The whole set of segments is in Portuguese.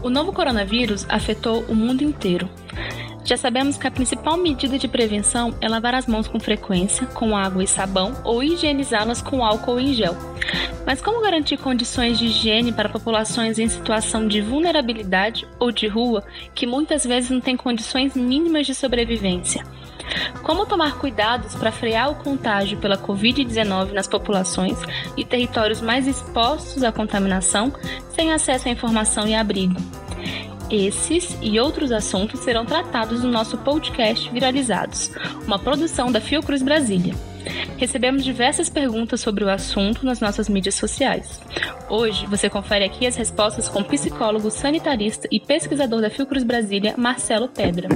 O novo coronavírus afetou o mundo inteiro. Já sabemos que a principal medida de prevenção é lavar as mãos com frequência, com água e sabão, ou higienizá-las com álcool em gel. Mas como garantir condições de higiene para populações em situação de vulnerabilidade ou de rua, que muitas vezes não têm condições mínimas de sobrevivência? Como tomar cuidados para frear o contágio pela Covid-19 nas populações e territórios mais expostos à contaminação, sem acesso à informação e abrigo? Esses e outros assuntos serão tratados no nosso podcast Viralizados, uma produção da Fiocruz Brasília. Recebemos diversas perguntas sobre o assunto nas nossas mídias sociais. Hoje, você confere aqui as respostas com o psicólogo sanitarista e pesquisador da Fiocruz Brasília, Marcelo Pedra.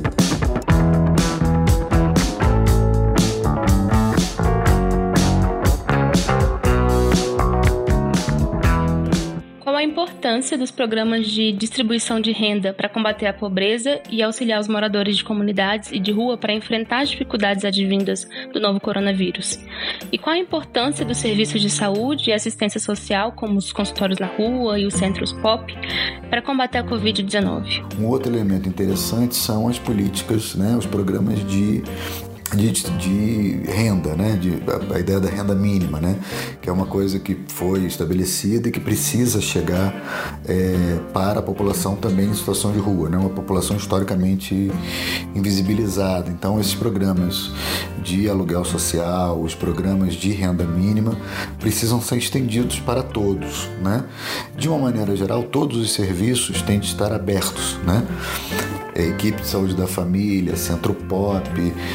Qual a importância dos programas de distribuição de renda para combater a pobreza e auxiliar os moradores de comunidades e de rua para enfrentar as dificuldades advindas do novo coronavírus? E qual a importância dos serviços de saúde e assistência social, como os consultórios na rua e os centros POP, para combater a Covid-19? Um outro elemento interessante são as políticas, os programas de renda, a ideia da renda mínima, que é uma coisa que foi estabelecida e que precisa chegar para a população também em situação de rua, uma população historicamente invisibilizada. Então, esses programas de aluguel social, os programas de renda mínima precisam ser estendidos para todos, De uma maneira geral, todos os serviços têm de estar abertos, Equipe de saúde da família, centro POP,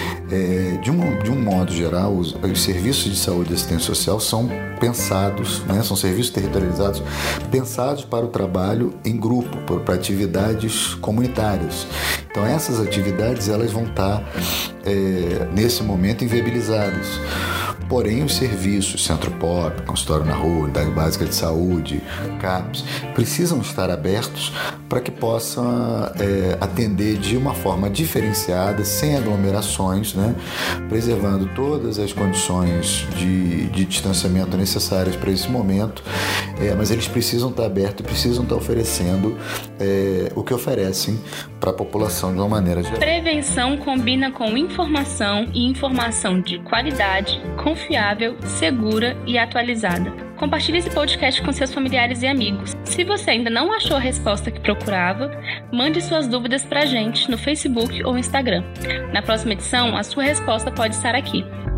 de um modo geral, os serviços de saúde e assistência social são pensados, são serviços territorializados, pensados para o trabalho em grupo, para atividades comunitárias. Então essas atividades elas vão estar, nesse momento, inviabilizadas. Porém, os serviços, centro POP, consultório na rua, unidade básica de saúde, CAPS, precisam estar abertos para que possa atender de uma forma diferenciada, sem aglomerações, preservando todas as condições de distanciamento necessárias para esse momento, mas eles precisam estar abertos e precisam estar oferecendo o que oferecem para a população de uma maneira geral. Prevenção combina com informação e informação de qualidade, confiável, segura e atualizada. Compartilhe esse podcast com seus familiares e amigos. Se você ainda não achou a resposta que procurava, mande suas dúvidas pra gente no Facebook ou Instagram. Na próxima edição, a sua resposta pode estar aqui.